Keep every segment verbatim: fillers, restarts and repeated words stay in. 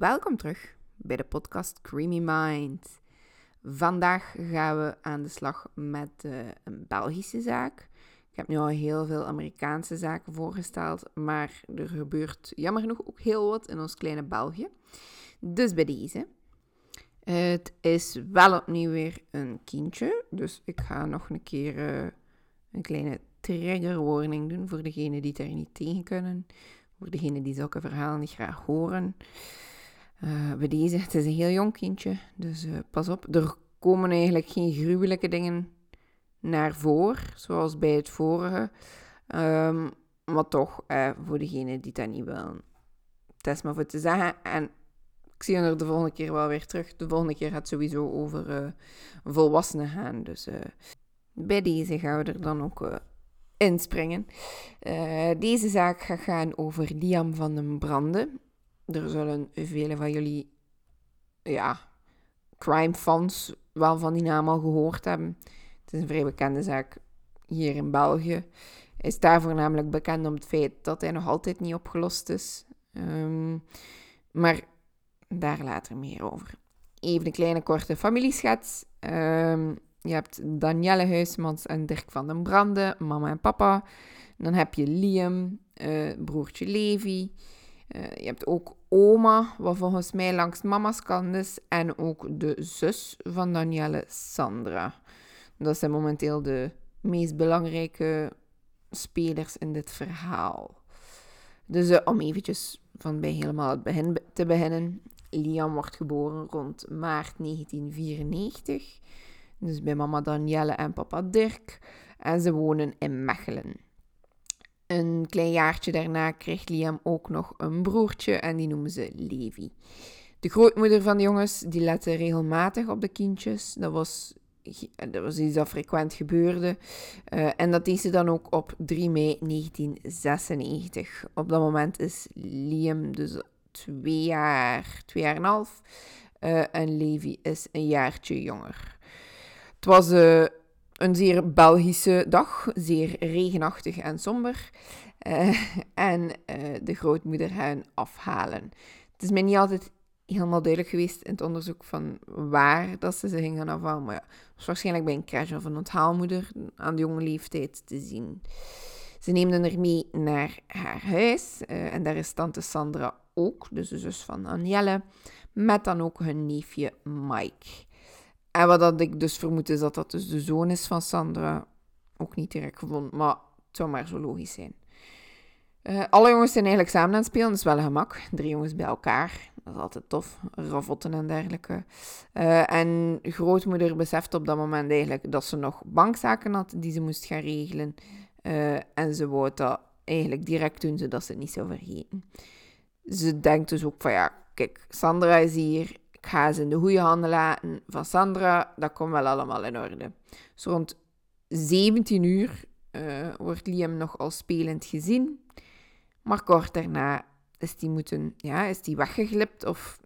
Welkom terug bij de podcast Creamy Mind. Vandaag gaan we aan de slag met uh, een Belgische zaak. Ik heb nu al heel veel Amerikaanse zaken voorgesteld, maar er gebeurt jammer genoeg ook heel wat in ons kleine België. Dus bij deze. Het is wel opnieuw weer een kindje, dus ik ga nog een keer uh, een kleine trigger warning doen voor degenen die het er niet tegen kunnen. Voor degenen die zulke verhalen niet graag horen. Uh, bij deze, het is een heel jong kindje, dus uh, pas op. Er komen eigenlijk geen gruwelijke dingen naar voren, zoals bij het vorige. Um, maar toch, uh, voor degenen die dat niet willen. Het is maar voor te zeggen. En ik zie er de volgende keer wel weer terug. De volgende keer gaat het sowieso over uh, volwassenen gaan. Dus uh, bij deze gaan we er dan ook uh, inspringen. Uh, deze zaak gaat gaan over Liam van den Brande. Er zullen velen van jullie, ja, crime fans wel van die naam al gehoord hebben. Het is een vrij bekende zaak hier in België. Hij is daar voornamelijk bekend om het feit dat hij nog altijd niet opgelost is. Um, maar daar later meer over. Even een kleine korte familieschets. Um, je hebt Danielle Huismans en Dirk van den Brande, mama en papa. Dan heb je Liam, uh, broertje Levi. Uh, je hebt ook oma, wat volgens mij langs mama's kant is. En ook de zus van Danielle, Sandra. Dat zijn momenteel de meest belangrijke spelers in dit verhaal. Dus uh, om eventjes van bij helemaal het begin te beginnen. Liam wordt geboren rond maart negentien vierennegentig. Dus bij mama Danielle en papa Dirk. En ze wonen in Mechelen. Een klein jaartje daarna kreeg Liam ook nog een broertje en die noemen ze Levi. De grootmoeder van de jongens die lette regelmatig op de kindjes. Dat was, dat was iets dat frequent gebeurde. Uh, en dat deed ze dan ook op drie mei negentien zesennegentig. Op dat moment is Liam dus twee jaar, twee jaar en een half. Uh, en Levi is een jaartje jonger. Het was uh, een zeer Belgische dag, zeer regenachtig en somber. Uh, en uh, de grootmoeder hen afhalen. Het is mij niet altijd helemaal duidelijk geweest in het onderzoek van waar dat ze ze gingen afhalen. Maar ja, het was waarschijnlijk bij een crash of een onthaalmoeder aan de jonge leeftijd te zien. Ze neemden er mee naar haar huis. Uh, en daar is tante Sandra ook, dus de zus van Danielle. Met dan ook hun neefje Mike. En wat dat ik dus vermoed is dat dat dus de zoon is van Sandra. Ook niet direct gevonden, maar het zou maar zo logisch zijn. Uh, alle jongens zijn eigenlijk samen aan het spelen, dat is wel een gemak. Drie jongens bij elkaar, dat is altijd tof. Ravotten en dergelijke. Uh, en grootmoeder beseft op dat moment eigenlijk dat ze nog bankzaken had die ze moest gaan regelen. Uh, en ze wou dat eigenlijk direct doen, zodat ze het niet zou vergeten. Ze denkt dus ook van ja, kijk, Sandra is hier. Ik ga ze in de goede handen laten van Sandra. Dat komt wel allemaal in orde. Dus rond zeventien uur uh, wordt Liam nog al spelend gezien. Maar kort daarna is die, moeten, ja, is die weggeglipt of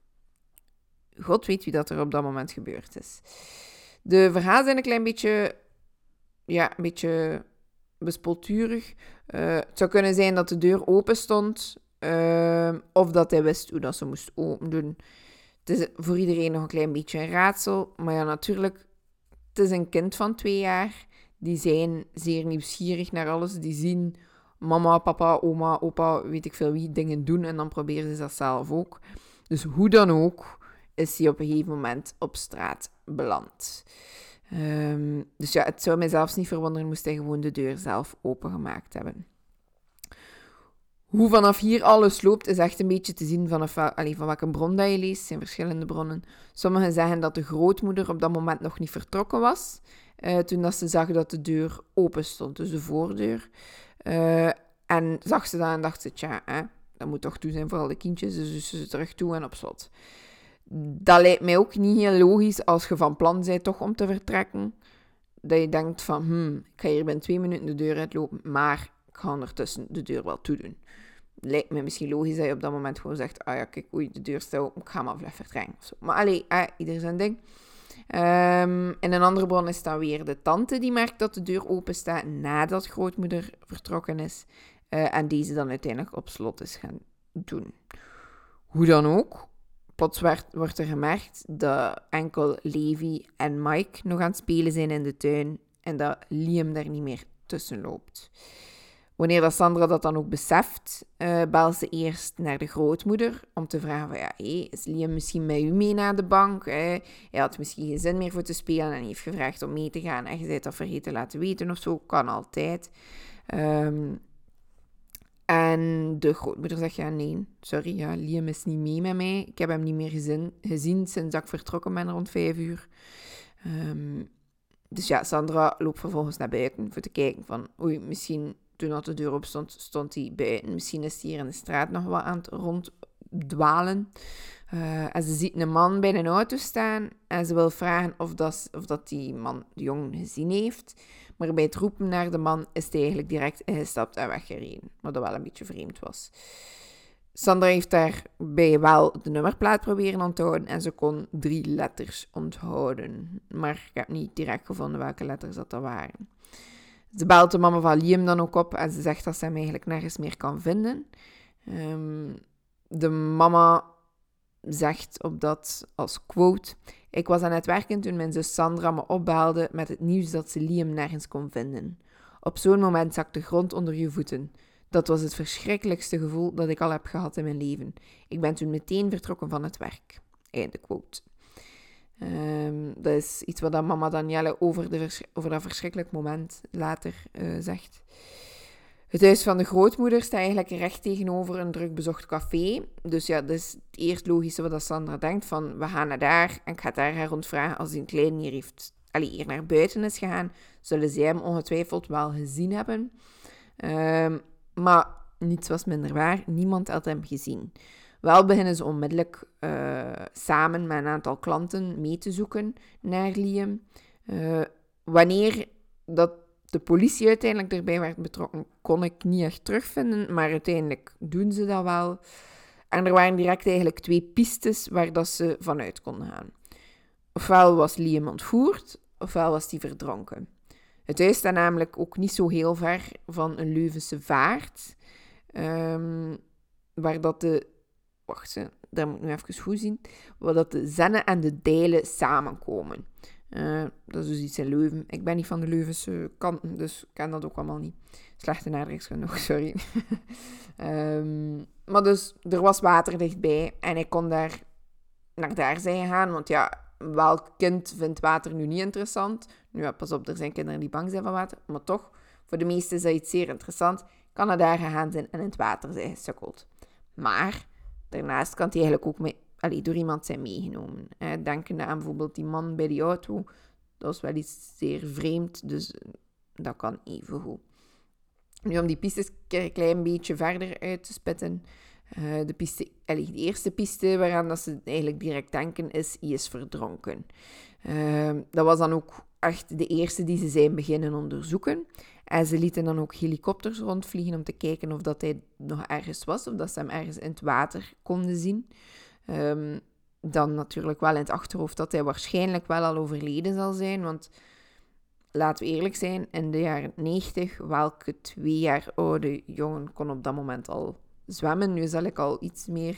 God weet wie dat er op dat moment gebeurd is. De verhalen zijn een klein beetje, ja, een beetje bespolturig. Uh, het zou kunnen zijn dat de deur open stond uh, of dat hij wist hoe dat ze moest open doen. Het is voor iedereen nog een klein beetje een raadsel. Maar ja, natuurlijk, het is een kind van twee jaar. Die zijn zeer nieuwsgierig naar alles. Die zien mama, papa, oma, opa, weet ik veel wie, dingen doen. En dan proberen ze dat zelf ook. Dus hoe dan ook, is hij op een gegeven moment op straat beland. Um, dus ja, het zou mij zelfs niet verwonderen moest hij gewoon de deur zelf opengemaakt hebben. Hoe vanaf hier alles loopt, is echt een beetje te zien vanaf allee, van welke bron dat je leest. Er zijn verschillende bronnen. Sommigen zeggen dat de grootmoeder op dat moment nog niet vertrokken was. Uh, toen dat ze zag dat de deur open stond, dus de voordeur. Uh, en zag ze dat en dacht ze, tja, hè, dat moet toch toe zijn voor al de kindjes. Dus ze terug toe en op slot. Dat lijkt mij ook niet heel logisch als je van plan bent toch om te vertrekken. Dat je denkt van, hmm, ik ga hier binnen twee minuten de deur uitlopen, maar ik ga ondertussen de deur wel toedoen. Lijkt me misschien logisch dat je op dat moment gewoon zegt, ah ja, kijk, oei, de deur staat open, ik ga maar vlug vertrekken. Of zo. Maar allee, eh, ieder zijn ding. Um, in een andere bron is dan weer de tante die merkt dat de deur open staat nadat grootmoeder vertrokken is. Uh, en deze dan uiteindelijk op slot is gaan doen. Hoe dan ook, plots werd, wordt er gemerkt dat enkel Levi en Mike nog aan het spelen zijn in de tuin en dat Liam daar niet meer tussen loopt. Wanneer dat Sandra dat dan ook beseft, uh, belt ze eerst naar de grootmoeder om te vragen van, ja, hey, is Liam misschien met u mee naar de bank? Eh? Hij had misschien geen zin meer voor te spelen en heeft gevraagd om mee te gaan en je bent dat vergeten laten weten of zo, kan altijd. Um, en de grootmoeder zegt, ja, nee, sorry, ja, Liam is niet mee met mij. Ik heb hem niet meer gezien, gezien sinds dat ik vertrokken ben rond vijf uur. Um, dus ja, Sandra loopt vervolgens naar buiten voor te kijken van, oei, misschien... Toen dat de deur op stond, stond hij buiten. Misschien is hij hier in de straat nog wat aan het ronddwalen. Uh, en ze ziet een man bij een auto staan. En ze wil vragen of, dat, of dat die man de jongen gezien heeft. Maar bij het roepen naar de man is hij eigenlijk direct ingestapt en weggereden. Wat dat wel een beetje vreemd was. Sandra heeft daarbij wel de nummerplaat proberen onthouden. En ze kon drie letters onthouden. Maar ik heb niet direct gevonden welke letters dat, dat waren. Ze belt de mama van Liam dan ook op en ze zegt dat ze hem eigenlijk nergens meer kan vinden. Um, de mama zegt op dat als quote: ik was aan het werken toen mijn zus Sandra me opbelde met het nieuws dat ze Liam nergens kon vinden. Op zo'n moment zakt de grond onder je voeten. Dat was het verschrikkelijkste gevoel dat ik al heb gehad in mijn leven. Ik ben toen meteen vertrokken van het werk. Einde quote. Um, dat is iets wat mama Danielle over, de vers- over dat verschrikkelijk moment later uh, zegt. Het huis van de grootmoeder staat eigenlijk recht tegenover een druk bezocht café. Dus ja, dat is het eerst logische wat Sandra denkt van, we gaan naar daar en ik ga daar haar rondvragen als hij een klein hier heeft, allee, hier naar buiten is gegaan, zullen zij hem ongetwijfeld wel gezien hebben. Um, maar niets was minder waar, niemand had hem gezien. Wel beginnen ze onmiddellijk uh, samen met een aantal klanten mee te zoeken naar Liam. Uh, wanneer dat de politie uiteindelijk erbij werd betrokken, kon ik niet echt terugvinden, maar uiteindelijk doen ze dat wel. En er waren direct eigenlijk twee pistes waar dat ze vanuit konden gaan. Ofwel was Liam ontvoerd, ofwel was hij verdronken. Het huis staat namelijk ook niet zo heel ver van een Leuvense vaart, um, waar dat de... Wacht, daar moet ik nu even goed zien. Waar dat de Zenne en de Dijlen samenkomen. Uh, dat is dus iets in Leuven. Ik ben niet van de Leuvense kanten, dus ik ken dat ook allemaal niet. Slechte aardrijkskunde nog, sorry. um, maar dus, er was water dichtbij en ik kon daar naar daar zijn gaan. Want ja, welk kind vindt water nu niet interessant? Nu ja, pas op, er zijn kinderen die bang zijn van water. Maar toch, voor de meesten is dat iets zeer interessant. Kan naar daar gegaan zijn en in het water zijn gesukkeld. Maar... daarnaast kan hij eigenlijk ook mee, allee, door iemand zijn meegenomen. Hè. Denkende aan bijvoorbeeld die man bij die auto. Dat is wel iets zeer vreemd, dus dat kan even goed. Nu, om die pistes een klein beetje verder uit te spitten. Uh, de, piste, allee, de eerste piste waaraan dat ze eigenlijk direct denken is, hij is verdronken. Uh, dat was dan ook echt de eerste die ze zijn beginnen onderzoeken. En ze lieten dan ook helikopters rondvliegen om te kijken of dat hij nog ergens was, of dat ze hem ergens in het water konden zien. Um, dan natuurlijk wel in het achterhoofd dat hij waarschijnlijk wel al overleden zal zijn, want laten we eerlijk zijn, in de jaren negentig, welke twee jaar oude jongen kon op dat moment al zwemmen? Nu is dat al iets meer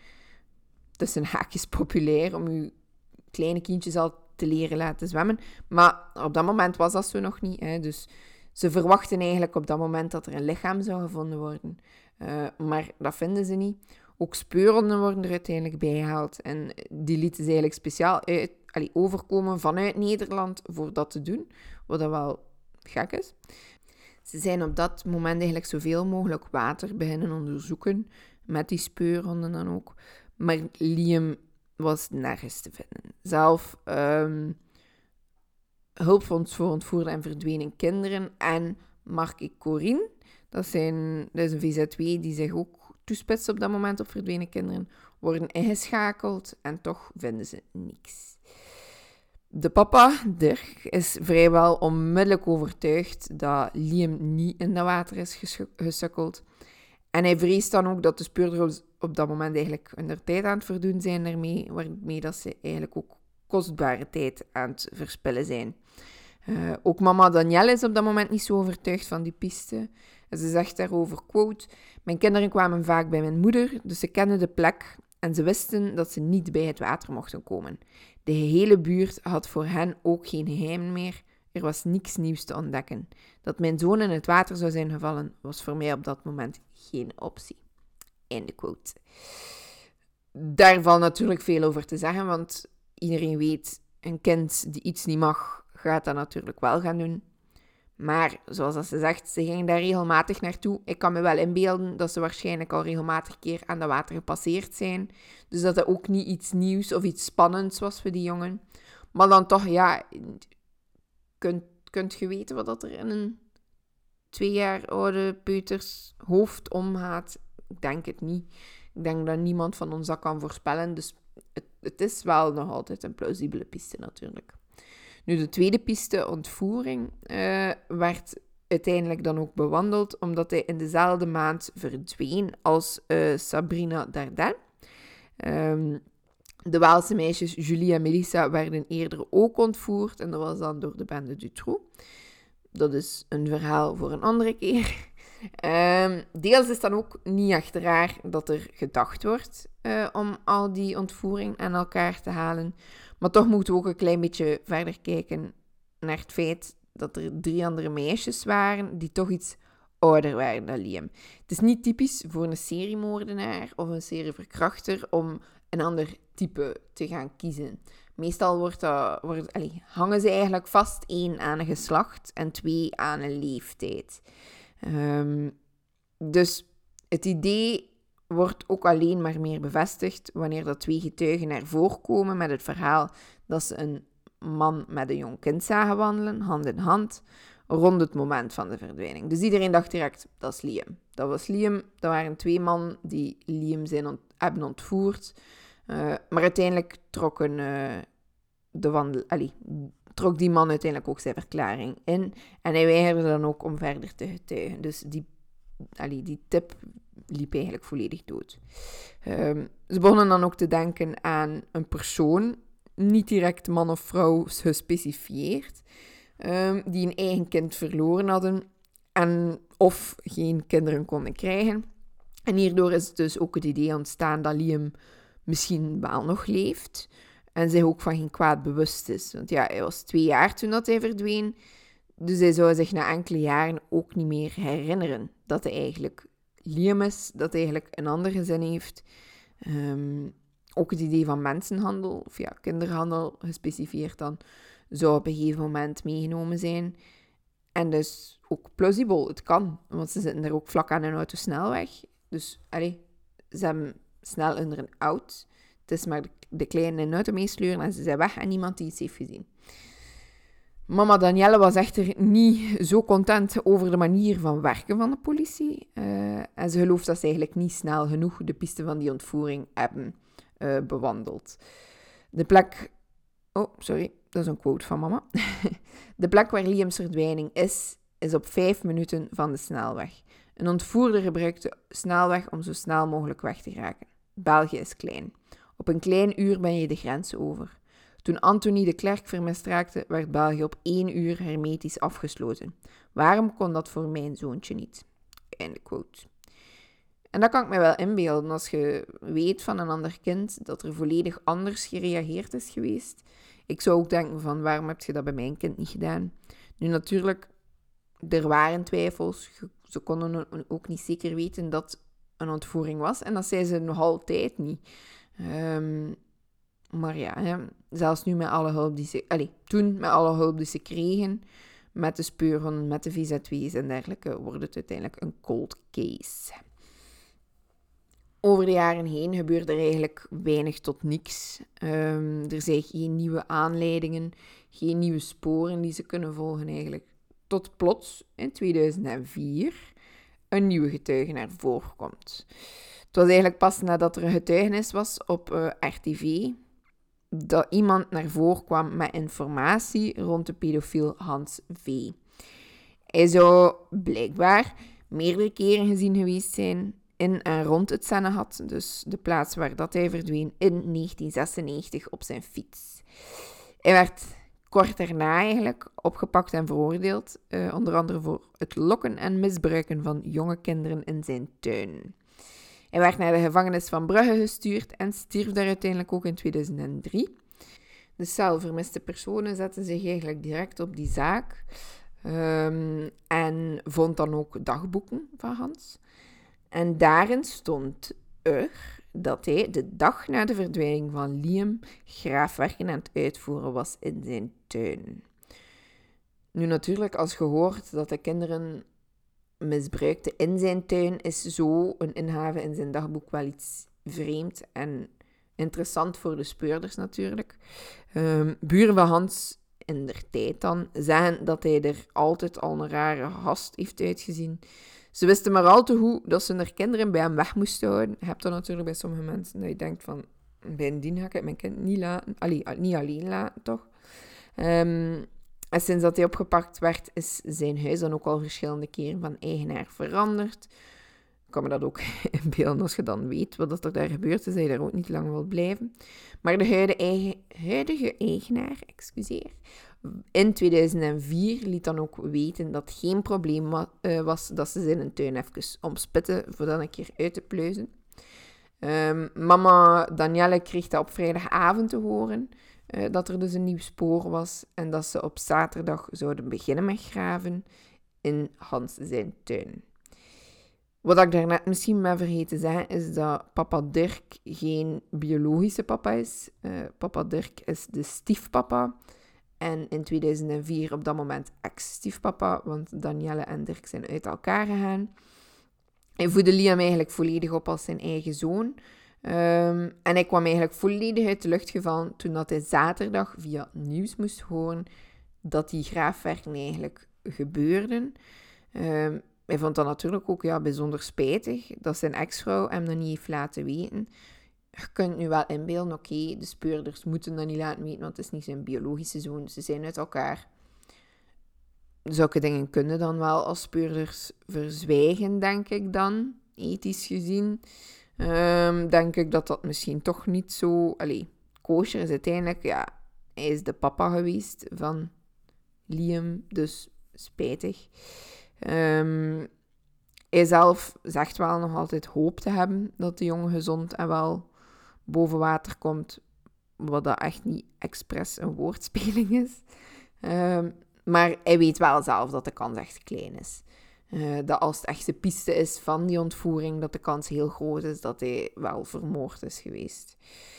tussen haakjes populair om je kleine kindjes al te leren laten zwemmen. Maar op dat moment was dat zo nog niet, hè, dus... Ze verwachten eigenlijk op dat moment dat er een lichaam zou gevonden worden. Uh, maar dat vinden ze niet. Ook speurhonden worden er uiteindelijk bijgehaald. En die lieten ze eigenlijk speciaal uit, allee, overkomen vanuit Nederland voor dat te doen. Wat dat wel gek is. Ze zijn op dat moment eigenlijk zoveel mogelijk water beginnen onderzoeken. Met die speurhonden dan ook. Maar Liam was nergens te vinden. Zelf... Um, Hulpfonds voor ontvoerde en verdwenen kinderen en Mark en Corinne. Dat, zijn, dat is een V Z W die zich ook toespitst op dat moment op verdwenen kinderen. Worden ingeschakeld en toch vinden ze niks. De papa, Dirk, is vrijwel onmiddellijk overtuigd dat Liam niet in dat water is gesukkeld. En hij vreest dan ook dat de speurders op dat moment eigenlijk hun tijd aan het verdoen zijn daarmee, waarmee dat ze eigenlijk ook kostbare tijd aan het verspillen zijn. Uh, ook mama Danielle is op dat moment niet zo overtuigd van die piste. En ze zegt daarover, quote, mijn kinderen kwamen vaak bij mijn moeder, dus ze kennen de plek en ze wisten dat ze niet bij het water mochten komen. De hele buurt had voor hen ook geen geheim meer. Er was niks nieuws te ontdekken. Dat mijn zoon in het water zou zijn gevallen, was voor mij op dat moment geen optie. Einde quote. Daar valt natuurlijk veel over te zeggen, want iedereen weet, een kind die iets niet mag, gaat dat natuurlijk wel gaan doen. Maar, zoals ze zegt, ze gingen daar regelmatig naartoe. Ik kan me wel inbeelden dat ze waarschijnlijk al regelmatig keer aan dat water gepasseerd zijn. Dus dat het ook niet iets nieuws of iets spannends was voor die jongen. Maar dan toch, ja, kunt, kunt je weten wat dat er in een twee jaar oude peuters hoofd omgaat? Ik denk het niet. Ik denk dat niemand van ons dat kan voorspellen. Dus het, het is wel nog altijd een plausibele piste natuurlijk. Nu, de tweede piste, ontvoering, uh, werd uiteindelijk dan ook bewandeld, omdat hij in dezelfde maand verdween als uh, Sabrina Dardenne. Um, de Waalse meisjes Julie en Melissa werden eerder ook ontvoerd, en dat was dan door de bende Dutroux. Dat is een verhaal voor een andere keer. Um, deels is dan ook niet echt raar dat er gedacht wordt uh, om al die ontvoering aan elkaar te halen. Maar toch moeten we ook een klein beetje verder kijken naar het feit dat er drie andere meisjes waren die toch iets ouder waren dan Liam. Het is niet typisch voor een seriemoordenaar of een serieverkrachter om een ander type te gaan kiezen. Meestal wordt dat, wordt, allez, hangen ze eigenlijk vast één aan een geslacht en twee aan een leeftijd. Um, dus het idee wordt ook alleen maar meer bevestigd wanneer dat twee getuigen naar voren komen met het verhaal dat ze een man met een jong kind zagen wandelen, hand in hand, rond het moment van de verdwijning. Dus iedereen dacht direct, dat is Liam. Dat was Liam, dat waren twee mannen die Liam zijn ont- hebben ontvoerd. Uh, maar uiteindelijk trokken uh, de wandel... Allee, trok die man uiteindelijk ook zijn verklaring in. En hij weigerde dan ook om verder te getuigen. Dus die, allee, die tip liep eigenlijk volledig dood. Um, ze begonnen dan ook te denken aan een persoon, niet direct man of vrouw gespecifieerd, um, die een eigen kind verloren hadden en of geen kinderen konden krijgen. En hierdoor is dus ook het idee ontstaan dat Liam misschien wel nog leeft en zich ook van geen kwaad bewust is. Want ja, hij was twee jaar toen dat hij verdween, dus hij zou zich na enkele jaren ook niet meer herinneren dat hij eigenlijk Liam is, dat hij eigenlijk een ander gezin heeft. Um, ook het idee van mensenhandel, of ja, kinderhandel gespecifieerd dan, zou op een gegeven moment meegenomen zijn. En dus ook plausibel, het kan, want ze zitten er ook vlak aan een autosnelweg. Dus, allee, ze hebben snel onder een auto. Het is maar de, de kleine in de auto meesleuren en ze zijn weg en niemand die iets heeft gezien. Mama Danielle was echter niet zo content over de manier van werken van de politie. Uh, en ze gelooft dat ze eigenlijk niet snel genoeg de piste van die ontvoering hebben uh, bewandeld. De plek... Oh, sorry, dat is een quote van mama. De plek waar Liams verdwijning is, is op vijf minuten van de snelweg. Een ontvoerder gebruikt de snelweg om zo snel mogelijk weg te geraken. België is klein. Op een klein uur ben je de grens over. Toen Anthony de Klerk vermist raakte, werd België op één uur hermetisch afgesloten. Waarom kon dat voor mijn zoontje niet? Einde quote. En dat kan ik me wel inbeelden als je weet van een ander kind dat er volledig anders gereageerd is geweest. Ik zou ook denken van, waarom heb je dat bij mijn kind niet gedaan? Nu natuurlijk, er waren twijfels. Ze konden ook niet zeker weten dat een ontvoering was. En dat zei ze nog altijd niet. Um, maar ja, hè, zelfs nu met alle hulp die ze... Allez, toen met alle hulp die ze kregen, met de speurhonden, met de V Z W's en dergelijke, wordt het uiteindelijk een cold case. Over de jaren heen gebeurde er eigenlijk weinig tot niks. Um, er zijn geen nieuwe aanleidingen, geen nieuwe sporen die ze kunnen volgen eigenlijk. Tot plots, in tweeduizend vier, een nieuwe getuige naar voren komt. Het was eigenlijk pas nadat er een getuigenis was op uh, R T V... dat iemand naar voren kwam met informatie rond de pedofiel Hans V. Hij zou blijkbaar meerdere keren gezien geweest zijn in en rond het Sennengat, dus de plaats waar dat hij verdween in negentien zesennegentig op zijn fiets. Hij werd kort daarna eigenlijk opgepakt en veroordeeld, uh, onder andere voor het lokken en misbruiken van jonge kinderen in zijn tuin. Hij werd naar de gevangenis van Brugge gestuurd en stierf daar uiteindelijk ook in tweeduizend drie. De cel vermiste personen zette zich eigenlijk direct op die zaak um, en vond dan ook dagboeken van Hans. En daarin stond er dat hij de dag na de verdwijning van Liam graafwerken aan het uitvoeren was in zijn tuin. Nu natuurlijk, als je hoort dat de kinderen misbruikte in zijn tuin, is zo een inhave in zijn dagboek wel iets vreemd en interessant voor de speurders natuurlijk. Um, buren van Hans in der tijd dan zeggen dat hij er altijd al een rare gast heeft uitgezien. Ze wisten maar al te goed dat ze hun kinderen bij hem weg moesten houden. Je hebt dan natuurlijk bij sommige mensen dat je denkt van, bij een dien ga ik mijn kind niet, laten, allee, niet alleen laten, toch? Um, en sinds dat hij opgepakt werd, is zijn huis dan ook al verschillende keren van eigenaar veranderd. Ik kan me dat ook inbeelden als je dan weet wat er daar gebeurt, is dat je daar ook niet lang wil blijven. Maar de huidige, eigen, huidige eigenaar, excuseer, in tweeduizend vier liet dan ook weten dat het geen probleem wa- uh, was dat ze zijn tuin even omspitten voor dan een keer uit te pluizen. Um, mama Danielle kreeg dat op vrijdagavond te horen, uh, dat er dus een nieuw spoor was en dat ze op zaterdag zouden beginnen met graven in Hans zijn tuin. Wat ik daarnet misschien ben vergeten te zeggen, is dat papa Dirk geen biologische papa is. Uh, papa Dirk is de stiefpapa. En in tweeduizend vier op dat moment ex-stiefpapa, want Danielle en Dirk zijn uit elkaar gegaan. Hij voedde Liam eigenlijk volledig op als zijn eigen zoon. Um, en hij kwam eigenlijk volledig uit de lucht gevallen toen dat hij zaterdag via nieuws moest horen dat die graafwerken eigenlijk gebeurden. Um, hij vond dat natuurlijk ook ja, bijzonder spijtig dat zijn ex-vrouw hem dat niet heeft laten weten. Je kunt nu wel inbeelden, oké, okay, de speurders moeten dat niet laten weten, want het is niet zijn biologische zoon, ze zijn uit elkaar. Zulke dingen kunnen dan wel als speurders verzwijgen, denk ik dan, ethisch gezien. Um, denk ik dat dat misschien toch niet zo... Allee, kosher is uiteindelijk, ja, hij is de papa geweest van Liam, dus spijtig. Um, hij zelf zegt wel nog altijd hoop te hebben dat de jongen gezond en wel boven water komt, wat dat echt niet expres een woordspeling is. Um, maar hij weet wel zelf dat de kans echt klein is. Uh, dat als het echt de piste is van die ontvoering, dat de kans heel groot is dat hij wel vermoord is geweest.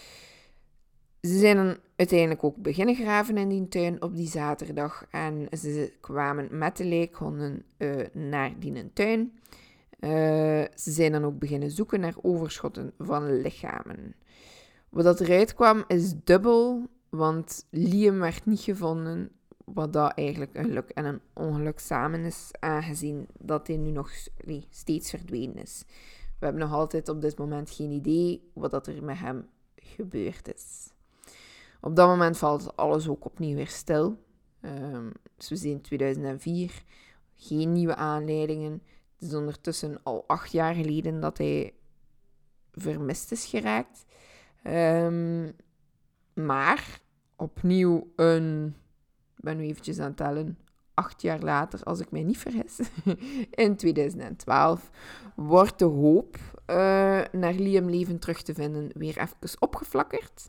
Ze zijn dan uiteindelijk ook beginnen graven in die tuin op die zaterdag. En ze kwamen met de lijkhonden uh, naar die tuin. Uh, ze zijn dan ook beginnen zoeken naar overschotten van lichamen. Wat dat eruit kwam is dubbel, want Liam werd niet gevonden, wat dat eigenlijk een geluk en een ongeluk samen is, aangezien dat hij nu nog nee, steeds verdwenen is. We hebben nog altijd op dit moment geen idee wat dat er met hem gebeurd is. Op dat moment valt alles ook opnieuw weer stil. Um, dus we zien in tweeduizend vier geen nieuwe aanleidingen. Het is ondertussen al acht jaar geleden dat hij vermist is geraakt. Um, maar opnieuw een, ik ben nu eventjes aan het tellen, acht jaar later, als ik mij niet vergis, in tweeduizend twaalf, wordt de hoop uh, naar Liam leven terug te vinden weer even opgeflakkerd.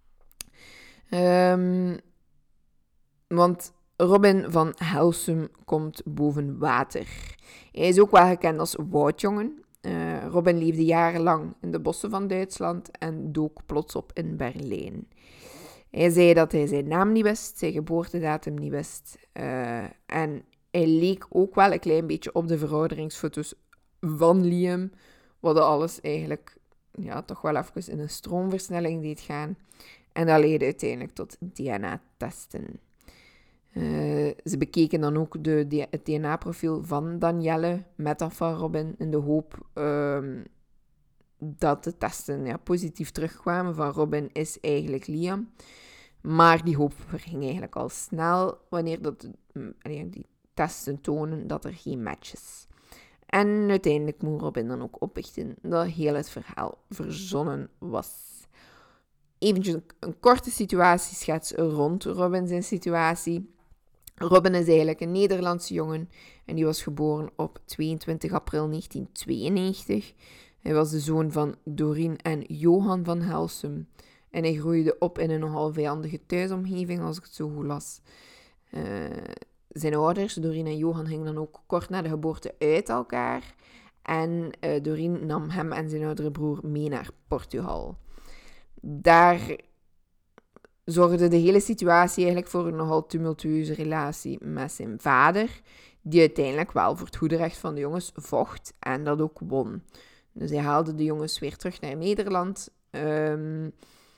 Um, want Robin van Helsum komt boven water. Hij is ook wel gekend als woudjongen. Uh, Robin leefde jarenlang in de bossen van Duitsland en dook plots op in Berlijn. Hij zei dat hij zijn naam niet wist, zijn geboortedatum niet wist. Uh, en hij leek ook wel een klein beetje op de verouderingsfoto's van Liam, wat alles eigenlijk ja, toch wel even in een stroomversnelling deed gaan. En dat leidde uiteindelijk tot D N A-testen. Uh, ze bekeken dan ook de, de, het D N A-profiel van Danielle met dat van Robin in de hoop um, dat de testen ja, positief terugkwamen. Van Robin is eigenlijk Liam. Maar die hoop verging eigenlijk al snel wanneer dat, wanneer die testen tonen dat er geen match is. En uiteindelijk moet Robin dan ook opbiechten dat heel het verhaal verzonnen was. Eventjes een, een korte situatieschets rond Robin zijn situatie. Robin is eigenlijk een Nederlandse jongen en die was geboren op tweeëntwintig april negentien tweeënnegentig. Hij was de zoon van Doreen en Johan van Helsum. En hij groeide op in een nogal vijandige thuisomgeving, als ik het zo goed las. Uh, zijn ouders, Doreen en Johan, gingen dan ook kort na de geboorte uit elkaar. En uh, Doreen nam hem en zijn oudere broer mee naar Portugal. Daar zorgde de hele situatie eigenlijk voor een nogal tumultueuze relatie met zijn vader, die uiteindelijk wel voor het goede recht van de jongens vocht en dat ook won. Dus hij haalde de jongens weer terug naar Nederland, um,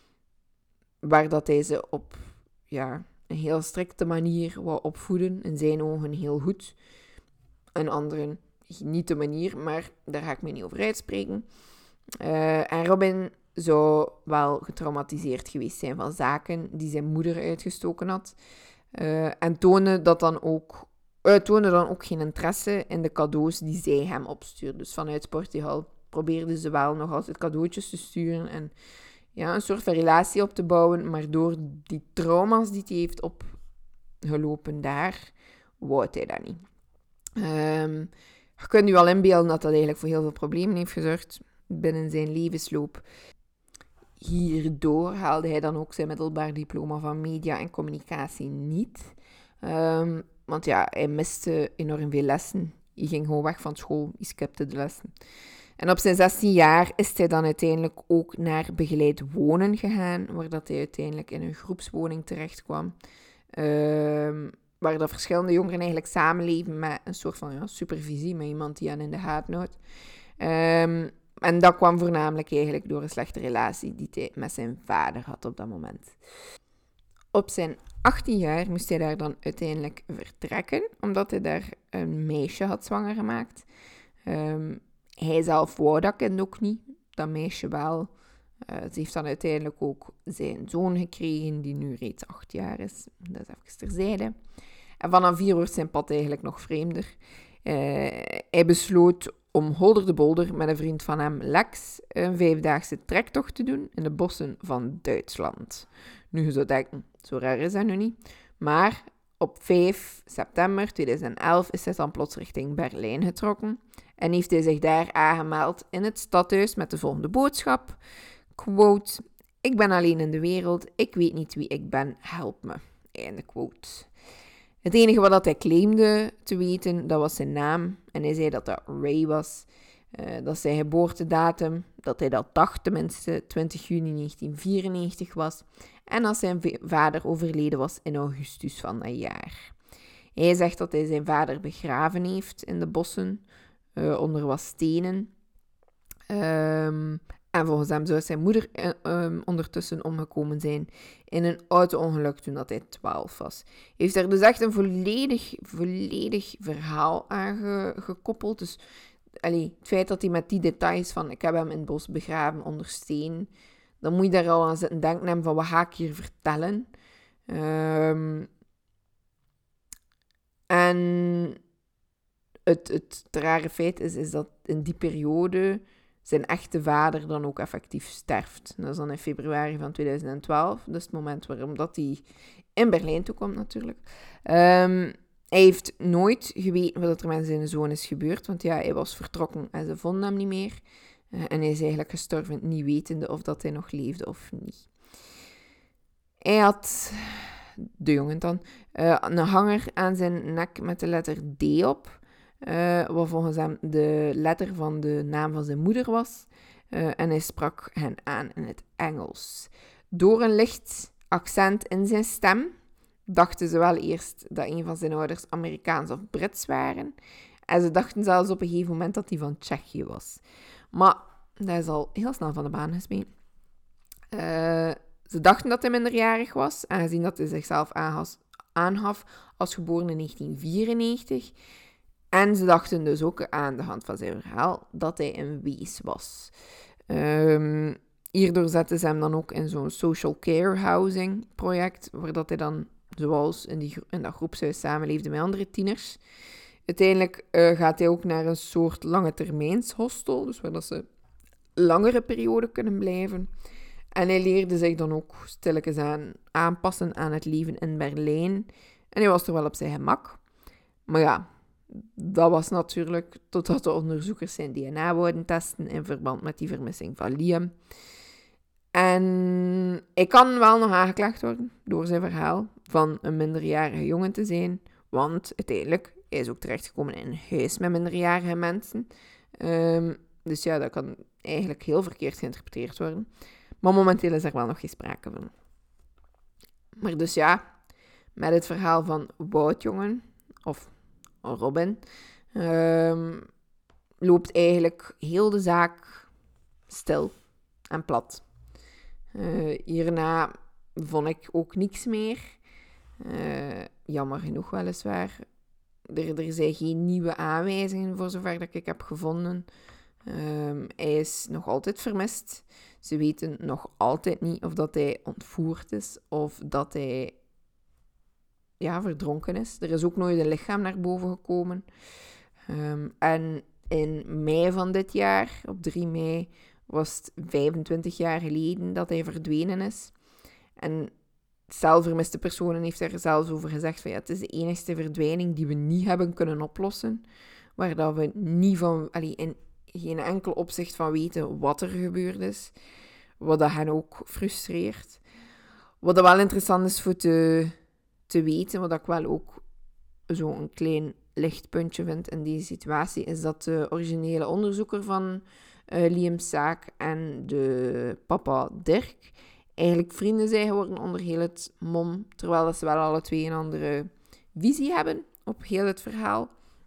waar dat hij ze op ja, een heel strikte manier wou opvoeden. In zijn ogen heel goed, in anderen niet de manier, maar daar ga ik me niet over uitspreken. Uh, en Robin zou wel getraumatiseerd geweest zijn van zaken die zijn moeder uitgestoken had. Uh, en toonde, dat dan ook, uh, toonde dan ook geen interesse in de cadeaus die zij hem opstuurde. Dus vanuit Portugal probeerden ze wel nog altijd cadeautjes te sturen en ja, een soort van relatie op te bouwen. Maar door die trauma's die hij heeft opgelopen daar, wou hij dat niet. Um, je kunt je wel inbeelden dat dat eigenlijk voor heel veel problemen heeft gezorgd binnen zijn levensloop. Hierdoor haalde hij dan ook zijn middelbaar diploma van media en communicatie niet. Um, want ja, hij miste enorm veel lessen. Hij ging gewoon weg van school, hij skipte de lessen. En op zijn zestien jaar is hij dan uiteindelijk ook naar begeleid wonen gegaan, waar dat hij uiteindelijk in een groepswoning terecht kwam. Um, waar dat verschillende jongeren eigenlijk samenleven met een soort van ja, supervisie, met iemand die hen in de gaten houdt. Um, En dat kwam voornamelijk eigenlijk door een slechte relatie die hij met zijn vader had op dat moment. Op zijn achttien jaar moest hij daar dan uiteindelijk vertrekken, omdat hij daar een meisje had zwanger gemaakt. Um, hij zelf wou dat kind ook niet, dat meisje wel. Uh, ze heeft dan uiteindelijk ook zijn zoon gekregen, die nu reeds acht jaar is. Dat is even terzijde. En vanaf hier wordt zijn pad eigenlijk nog vreemder. Uh, hij besloot om holder de bolder met een vriend van hem, Lex, een vijfdaagse trektocht te doen in de bossen van Duitsland. Nu, je zou denken, zo raar is dat nu niet. Maar op vijf september tweeduizend elf is hij dan plots richting Berlijn getrokken en heeft hij zich daar aangemeld in het stadhuis met de volgende boodschap. Quote, ik ben alleen in de wereld, ik weet niet wie ik ben, help me. Einde quote. Het enige wat hij claimde te weten, dat was zijn naam. En hij zei dat dat Ray was. Uh, dat zijn geboortedatum, dat hij dat dacht tenminste, twintig juni negentien vierennegentig was. En dat zijn vader overleden was in augustus van dat jaar. Hij zegt dat hij zijn vader begraven heeft in de bossen, uh, onder wat stenen. Um, En volgens hem zou zijn moeder uh, um, ondertussen omgekomen zijn in een auto-ongeluk toen dat hij twaalf was. Hij heeft er dus echt een volledig, volledig verhaal aan ge- gekoppeld. Dus allee, het feit dat hij met die details van ik heb hem in het bos begraven onder steen, dan moet je daar al aan zitten denken van wat ga ik hier vertellen. Um, en het, het, het rare feit is, is dat in die periode zijn echte vader dan ook effectief sterft. Dat is dan in februari van tweeduizend twaalf. Dat is het moment waarom dat hij in Berlijn toekomt natuurlijk. Um, hij heeft nooit geweten wat er met zijn zoon is gebeurd. Want ja, hij was vertrokken en ze vonden hem niet meer. Uh, en hij is eigenlijk gestorven niet wetende of dat hij nog leefde of niet. Hij had, de jongen dan, uh, een hanger aan zijn nek met de letter D op. Uh, wat volgens hem de letter van de naam van zijn moeder was. Uh, en hij sprak hen aan in het Engels. Door een licht accent in zijn stem dachten ze wel eerst dat een van zijn ouders Amerikaans of Brits waren. En ze dachten zelfs op een gegeven moment dat hij van Tsjechië was. Maar dat is al heel snel van de baan gesmeten. Uh, ze dachten dat hij minderjarig was, aangezien dat hij zichzelf aangaf als geboren in negentien vierennegentig. En ze dachten dus ook aan de hand van zijn verhaal dat hij een wees was. Um, hierdoor zetten ze hem dan ook in zo'n social care housing project, waar dat hij dan, zoals in, die, in dat groepshuis, samenleefde met andere tieners. Uiteindelijk uh, gaat hij ook naar een soort lange termijns hostel, dus waar dat ze langere periode kunnen blijven. En hij leerde zich dan ook stilletjes aan aanpassen aan het leven in Berlijn. En hij was er wel op zijn gemak. Maar ja, dat was natuurlijk totdat de onderzoekers zijn D N A wouden testen in verband met die vermissing van Liam. En hij kan wel nog aangeklaagd worden door zijn verhaal van een minderjarige jongen te zijn. Want uiteindelijk, hij is ook terechtgekomen in een huis met minderjarige mensen. Um, dus ja, dat kan eigenlijk heel verkeerd geïnterpreteerd worden. Maar momenteel is er wel nog geen sprake van. Maar dus ja, met het verhaal van Wout, jongen, of Robin, um, loopt eigenlijk heel de zaak stil en plat. Uh, hierna vond ik ook niks meer. Uh, jammer genoeg weliswaar. Er, er zijn geen nieuwe aanwijzingen voor zover dat ik heb gevonden. Um, hij is nog altijd vermist. Ze weten nog altijd niet of dat hij ontvoerd is of dat hij ja, verdronken is. Er is ook nooit een lichaam naar boven gekomen. Um, en in mei van dit jaar, op drie mei, was het vijfentwintig jaar geleden dat hij verdwenen is. En zelfvermiste personen heeft er zelfs over gezegd van ja, het is de enigste verdwijning die we niet hebben kunnen oplossen. Waar dat we niet van, allee, in geen enkel opzicht van weten wat er gebeurd is. Wat dat hen ook frustreert. Wat dat wel interessant is voor te, te weten, wat ik wel ook zo'n klein lichtpuntje vind in deze situatie, is dat de originele onderzoeker van uh, Liam's zaak en de papa Dirk eigenlijk vrienden zijn geworden onder heel het mom, terwijl dat ze wel alle twee een andere visie hebben op heel het verhaal.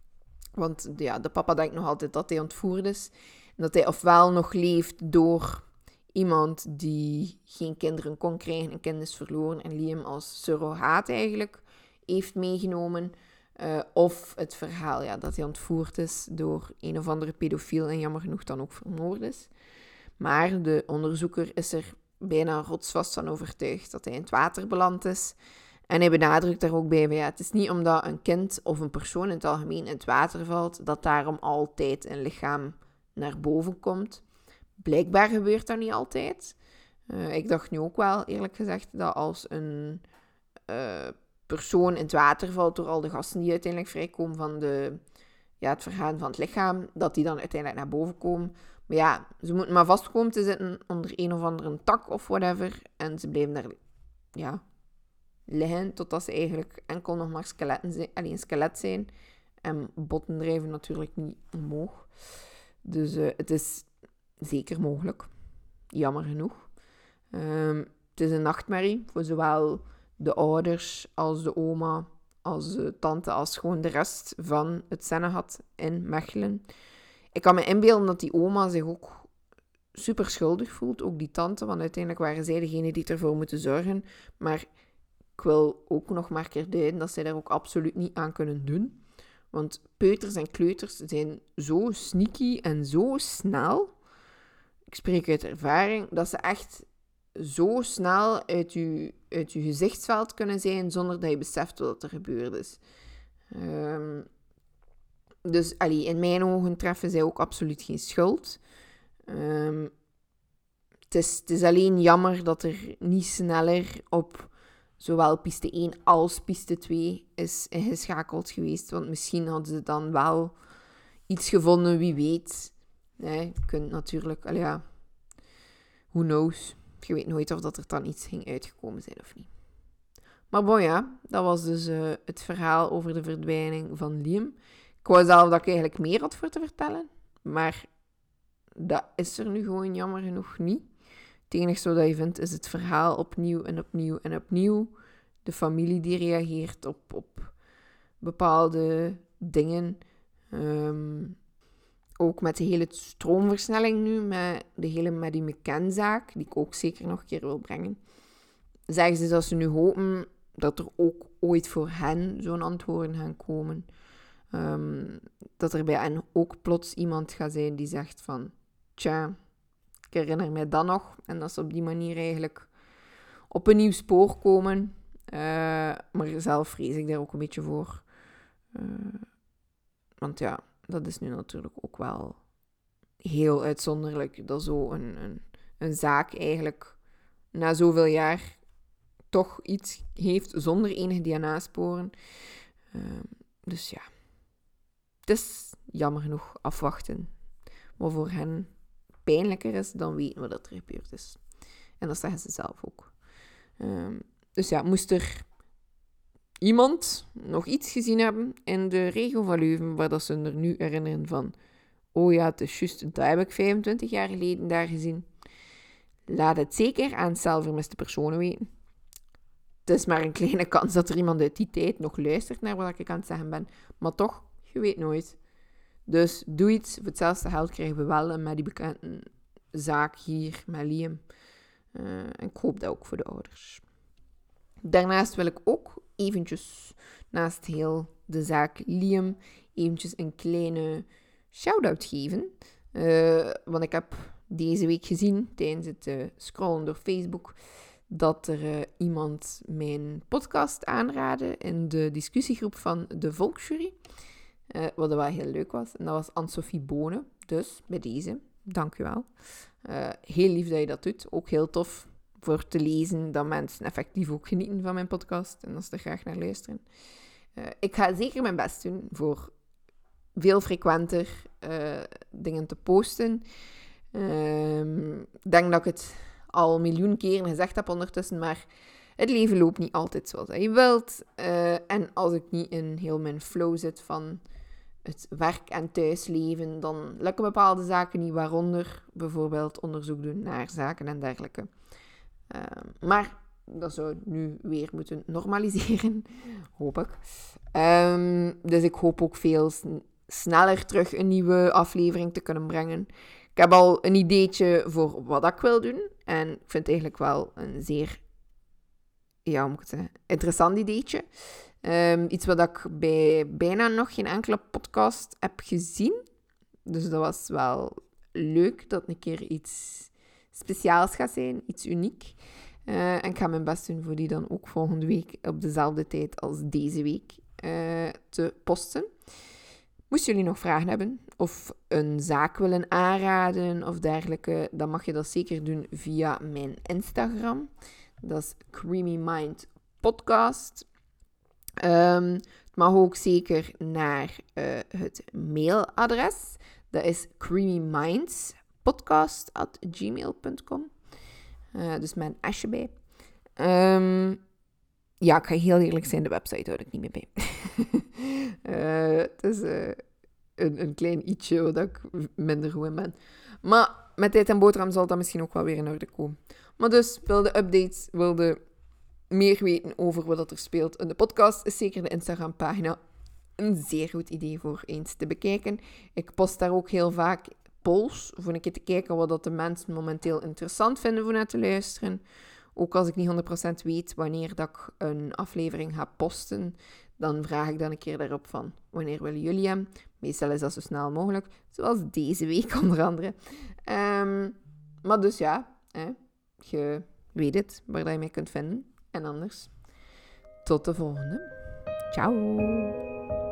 Want ja, de papa denkt nog altijd dat hij ontvoerd is. En dat hij ofwel nog leeft door iemand die geen kinderen kon krijgen, een kind is verloren en Liam als surrogaat eigenlijk heeft meegenomen. Uh, of het verhaal ja, dat hij ontvoerd is door een of andere pedofiel en jammer genoeg dan ook vermoord is. Maar de onderzoeker is er bijna rotsvast van overtuigd dat hij in het water beland is. En hij benadrukt daar ook bij, ja, het is niet omdat een kind of een persoon in het algemeen in het water valt, dat daarom altijd een lichaam naar boven komt. Blijkbaar gebeurt dat niet altijd. Uh, ik dacht nu ook wel, eerlijk gezegd, dat als een uh, persoon in het water valt door al de gassen die uiteindelijk vrijkomen van de, ja, het vergaan van het lichaam, dat die dan uiteindelijk naar boven komen. Maar ja, ze moeten maar vast komen te zitten onder een of andere tak of whatever. En ze blijven daar ja, liggen totdat ze eigenlijk enkel nog maar skeletten zijn, alleen een skelet zijn. En botten drijven natuurlijk niet omhoog. Dus uh, het is zeker mogelijk. Jammer genoeg. Um, het is een nachtmerrie voor zowel de ouders als de oma, als de tante, als gewoon de rest van het Zennegad in Mechelen. Ik kan me inbeelden dat die oma zich ook super schuldig voelt, ook die tante, want uiteindelijk waren zij degene die ervoor moeten zorgen. Maar ik wil ook nog maar een keer duiden dat zij daar ook absoluut niet aan kunnen doen. Want peuters en kleuters zijn zo sneaky en zo snel, ik spreek uit ervaring, dat ze echt zo snel uit je, uit je gezichtsveld kunnen zijn zonder dat je beseft wat er gebeurd is. Um, dus allee, in mijn ogen treffen zij ook absoluut geen schuld. Um, het, is, het is alleen jammer dat er niet sneller op zowel piste één als piste twee is ingeschakeld geweest. Want misschien hadden ze dan wel iets gevonden, wie weet. Nee, je kunt natuurlijk, allee, ja, who knows. Je weet nooit of dat er dan iets ging uitgekomen zijn of niet. Maar bon ja, dat was dus uh, het verhaal over de verdwijning van Liam. Ik wou zelf dat ik eigenlijk meer had voor te vertellen. Maar dat is er nu gewoon jammer genoeg niet. Het enige wat je vindt is het verhaal opnieuw en opnieuw en opnieuw. De familie die reageert op, op bepaalde dingen. Um, ook met de hele stroomversnelling nu, met de hele Maddie McCann-zaak, die ik ook zeker nog een keer wil brengen. Zeggen ze dat ze nu hopen dat er ook ooit voor hen zo'n antwoorden gaan komen. Um, dat er bij hen ook plots iemand gaat zijn die zegt van, tja, ik herinner mij dat nog. En dat ze op die manier eigenlijk op een nieuw spoor komen. Uh, maar zelf vrees ik daar ook een beetje voor. Uh, want ja, dat is nu natuurlijk ook wel heel uitzonderlijk. Dat zo een, een, een zaak eigenlijk na zoveel jaar toch iets heeft zonder enige D N A-sporen. Uh, dus ja. het is jammer genoeg afwachten. Wat voor hen pijnlijker is dan weten wat er gebeurd is. En dat zeggen ze zelf ook. Um, dus ja, moest er iemand nog iets gezien hebben in de regio van Leuven, waar dat ze er nu herinneren van, oh ja, het is juist, dat heb ik vijfentwintig jaar geleden daar gezien. Laat het zeker aan zelfvermiste personen weten. Het is maar een kleine kans dat er iemand uit die tijd nog luistert naar wat ik aan het zeggen ben. Maar toch, je weet nooit. Dus doe iets. Voor hetzelfde geld krijgen we wel met die bekende zaak hier, met Liam. Uh, en ik hoop dat ook voor de ouders. Daarnaast wil ik ook eventjes, naast heel de zaak Liam, eventjes een kleine shout-out geven. Uh, want ik heb deze week gezien, tijdens het uh, scrollen door Facebook, dat er uh, iemand mijn podcast aanraadde in de discussiegroep van de Volksjury. Uh, wat wel heel leuk was. En dat was Anne-Sophie Bonen. Dus bij deze, dank u wel. Uh, heel lief dat je dat doet. Ook heel tof voor te lezen dat mensen effectief ook genieten van mijn podcast. En dat ze er graag naar luisteren. Uh, ik ga zeker mijn best doen voor veel frequenter uh, dingen te posten. Uh, ik denk dat ik het al een miljoen keren gezegd heb ondertussen, maar het leven loopt niet altijd zoals je wilt. Uh, en als ik niet in heel mijn flow zit van het werk- en thuisleven, dan lukken bepaalde zaken niet, waaronder bijvoorbeeld onderzoek doen naar zaken en dergelijke. Uh, maar dat zou nu weer moeten normaliseren, hoop ik. Um, dus ik hoop ook veel sn- sneller terug een nieuwe aflevering te kunnen brengen. Ik heb al een ideetje voor wat ik wil doen. En ik vind het eigenlijk wel een zeer, ja, hoe moet ik het zeggen, interessant ideetje. Um, iets wat ik bij bijna nog geen enkele podcast heb gezien. Dus dat was wel leuk dat een keer iets speciaals gaat zijn, iets uniek. Uh, en ik ga mijn best doen voor die dan ook volgende week op dezelfde tijd als deze week uh, te posten. Moesten jullie nog vragen hebben of een zaak willen aanraden of dergelijke, dan mag je dat zeker doen via mijn Instagram. Dat is Creamy Mind Podcast. Um, het mag ook zeker naar uh, het mailadres. Dat is creamymindspodcast at gmail punt com. Uh, dus met een asje bij. Um, ja, ik ga heel eerlijk zijn, de website houd ik niet meer bij. uh, het is uh, een, een klein ietsje wat ik minder goed in ben. Maar met tijd en boterham zal dat misschien ook wel weer in orde komen. Maar dus, wilde updates, wilde meer weten over wat er speelt in de podcast, is zeker de Instagram-pagina een zeer goed idee voor eens te bekijken. Ik post daar ook heel vaak polls, voor een keer te kijken wat dat de mensen momenteel interessant vinden voor naar te luisteren. Ook als ik niet honderd procent weet wanneer dat ik een aflevering ga posten, dan vraag ik dan een keer daarop van, wanneer willen jullie hem? Meestal is dat zo snel mogelijk, zoals deze week onder andere. Um, maar dus ja, hè, je weet het, waar je mij kunt vinden. En anders, tot de volgende. Ciao!